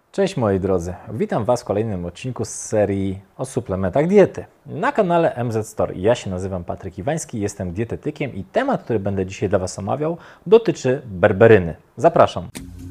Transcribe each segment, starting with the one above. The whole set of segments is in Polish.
Cześć moi drodzy, witam Was w kolejnym odcinku z serii o suplementach diety na kanale MZ Store. Ja się nazywam Patryk Iwański, jestem dietetykiem i temat, który będę dzisiaj dla Was omawiał, dotyczy berberyny. Zapraszam.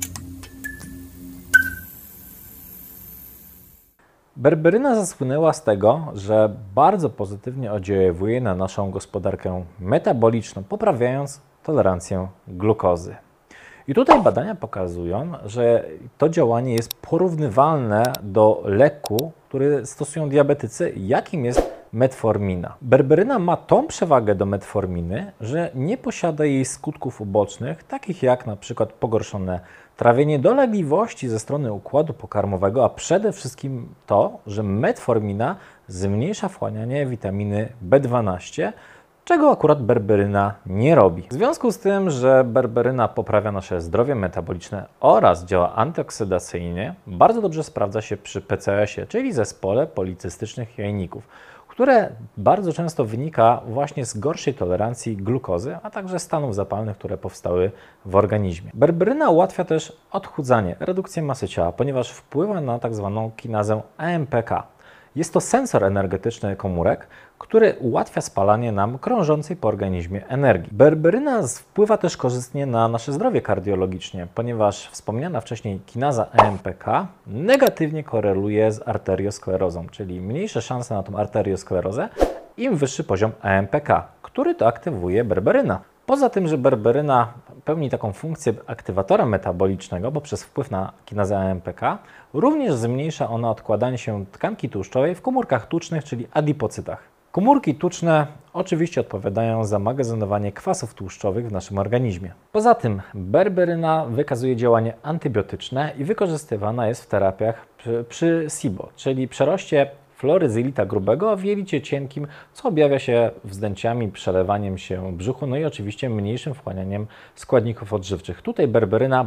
Berberyna zasłynęła z tego, że bardzo pozytywnie oddziaływuje na naszą gospodarkę metaboliczną, poprawiając tolerancję glukozy. I tutaj badania pokazują, że to działanie jest porównywalne do leku, który stosują diabetycy, jakim jest metformina. Berberyna ma tą przewagę do metforminy, że nie posiada jej skutków ubocznych, takich jak na przykład pogorszone trawienie, dolegliwości ze strony układu pokarmowego, a przede wszystkim to, że metformina zmniejsza wchłanianie witaminy B12, czego akurat berberyna nie robi. W związku z tym, że berberyna poprawia nasze zdrowie metaboliczne oraz działa antyoksydacyjnie, bardzo dobrze sprawdza się przy PCOS-ie, czyli zespole policystycznych jajników, które bardzo często wynika właśnie z gorszej tolerancji glukozy, a także stanów zapalnych, które powstały w organizmie. Berberyna ułatwia też odchudzanie, redukcję masy ciała, ponieważ wpływa na tak zwaną kinazę AMPK. Jest to sensor energetyczny komórek, który ułatwia spalanie nam krążącej po organizmie energii. Berberyna wpływa też korzystnie na nasze zdrowie kardiologicznie, ponieważ wspomniana wcześniej kinaza AMPK negatywnie koreluje z arteriosklerozą, czyli mniejsze szanse na tą arteriosklerozę, im wyższy poziom AMPK, który to aktywuje berberyna. Poza tym, że berberyna pełni taką funkcję aktywatora metabolicznego poprzez wpływ na kinazę AMPK, również zmniejsza ona odkładanie się tkanki tłuszczowej w komórkach tucznych, czyli adipocytach. Komórki tuczne oczywiście odpowiadają za magazynowanie kwasów tłuszczowych w naszym organizmie. Poza tym berberyna wykazuje działanie antybiotyczne i wykorzystywana jest w terapiach przy SIBO, czyli przeroście floryzylita grubego w jelicie cienkim, co objawia się wzdęciami, przelewaniem się brzuchu, no i oczywiście mniejszym wchłanianiem składników odżywczych. Tutaj berberyna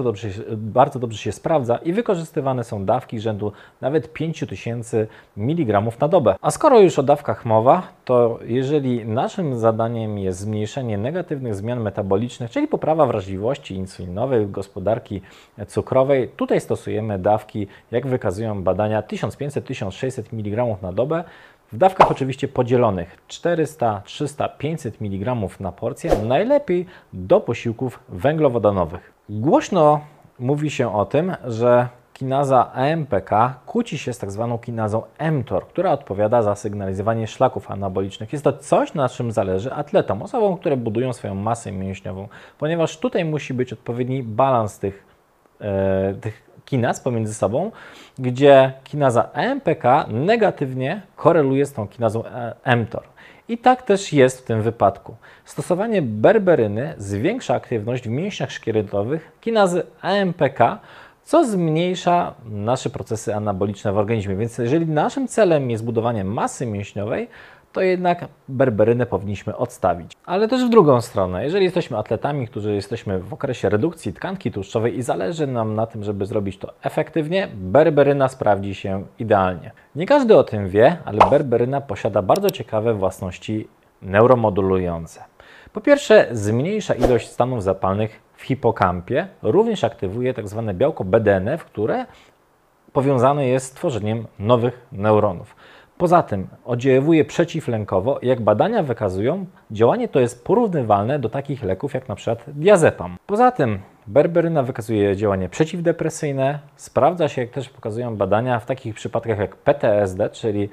bardzo dobrze się sprawdza i wykorzystywane są dawki rzędu nawet 5000 mg na dobę. A skoro już o dawkach mowa, to jeżeli naszym zadaniem jest zmniejszenie negatywnych zmian metabolicznych, czyli poprawa wrażliwości insulinowej, gospodarki cukrowej, tutaj stosujemy dawki, jak wykazują badania, 1500-1600 mg na dobę, w dawkach oczywiście podzielonych 400, 300, 500 mg na porcję, najlepiej do posiłków węglowodanowych. Głośno mówi się o tym, że kinaza AMPK kłóci się z tak zwaną kinazą mTOR, która odpowiada za sygnalizowanie szlaków anabolicznych. Jest to coś, na czym zależy atletom, osobom, które budują swoją masę mięśniową, ponieważ tutaj musi być odpowiedni balans tych kinaz pomiędzy sobą, gdzie kinaza AMPK negatywnie koreluje z tą kinazą mTOR. I tak też jest w tym wypadku. Stosowanie berberyny zwiększa aktywność w mięśniach szkieletowych kinazy AMPK, co zmniejsza nasze procesy anaboliczne w organizmie. Więc jeżeli naszym celem jest budowanie masy mięśniowej, to jednak berberynę powinniśmy odstawić. Ale też w drugą stronę, jeżeli jesteśmy atletami, którzy jesteśmy w okresie redukcji tkanki tłuszczowej i zależy nam na tym, żeby zrobić to efektywnie, berberyna sprawdzi się idealnie. Nie każdy o tym wie, ale berberyna posiada bardzo ciekawe własności neuromodulujące. Po pierwsze, zmniejsza ilość stanów zapalnych w hipokampie, również aktywuje tzw. białko BDNF, które powiązane jest z tworzeniem nowych neuronów. Poza tym oddziaływuje przeciwlękowo i jak badania wykazują, działanie to jest porównywalne do takich leków jak np. diazepam. Poza tym berberyna wykazuje działanie przeciwdepresyjne, sprawdza się, jak też pokazują badania, w takich przypadkach jak PTSD, czyli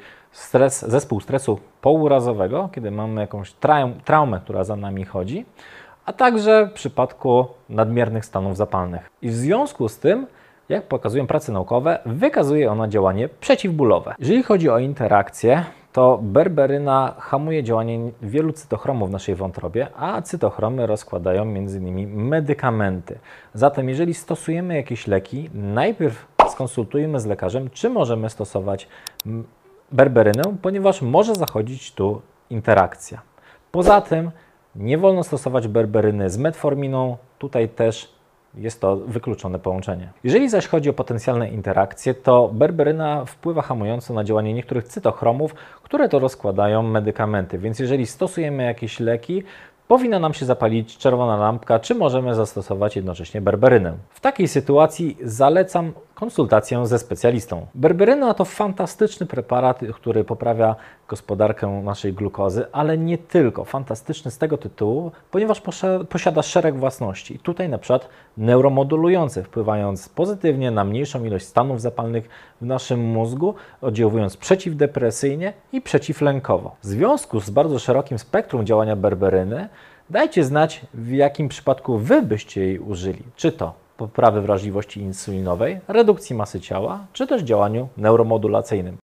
zespół stresu pourazowego, kiedy mamy jakąś traumę, która za nami chodzi, a także w przypadku nadmiernych stanów zapalnych. I w związku z tym, jak pokazują prace naukowe, wykazuje ona działanie przeciwbólowe. Jeżeli chodzi o interakcje, to berberyna hamuje działanie wielu cytochromów w naszej wątrobie, a cytochromy rozkładają m.in. medykamenty. Zatem jeżeli stosujemy jakieś leki, najpierw skonsultujmy z lekarzem, czy możemy stosować berberynę, ponieważ może zachodzić tu interakcja. Poza tym nie wolno stosować berberyny z metforminą, tutaj też jest to wykluczone połączenie. Jeżeli zaś chodzi o potencjalne interakcje, to berberyna wpływa hamująco na działanie niektórych cytochromów, które to rozkładają medykamenty. Więc jeżeli stosujemy jakieś leki, powinna nam się zapalić czerwona lampka, czy możemy zastosować jednocześnie berberynę. W takiej sytuacji zalecam konsultację ze specjalistą. Berberyna to fantastyczny preparat, który poprawia gospodarkę naszej glukozy, ale nie tylko. Fantastyczny z tego tytułu, ponieważ posiada szereg własności. I tutaj na przykład neuromodulujące, wpływając pozytywnie na mniejszą ilość stanów zapalnych w naszym mózgu, oddziałując przeciwdepresyjnie i przeciwlękowo. W związku z bardzo szerokim spektrum działania berberyny, dajcie znać, w jakim przypadku Wy byście jej użyli. Czy to poprawy wrażliwości insulinowej, redukcji masy ciała, czy też działaniu neuromodulacyjnym.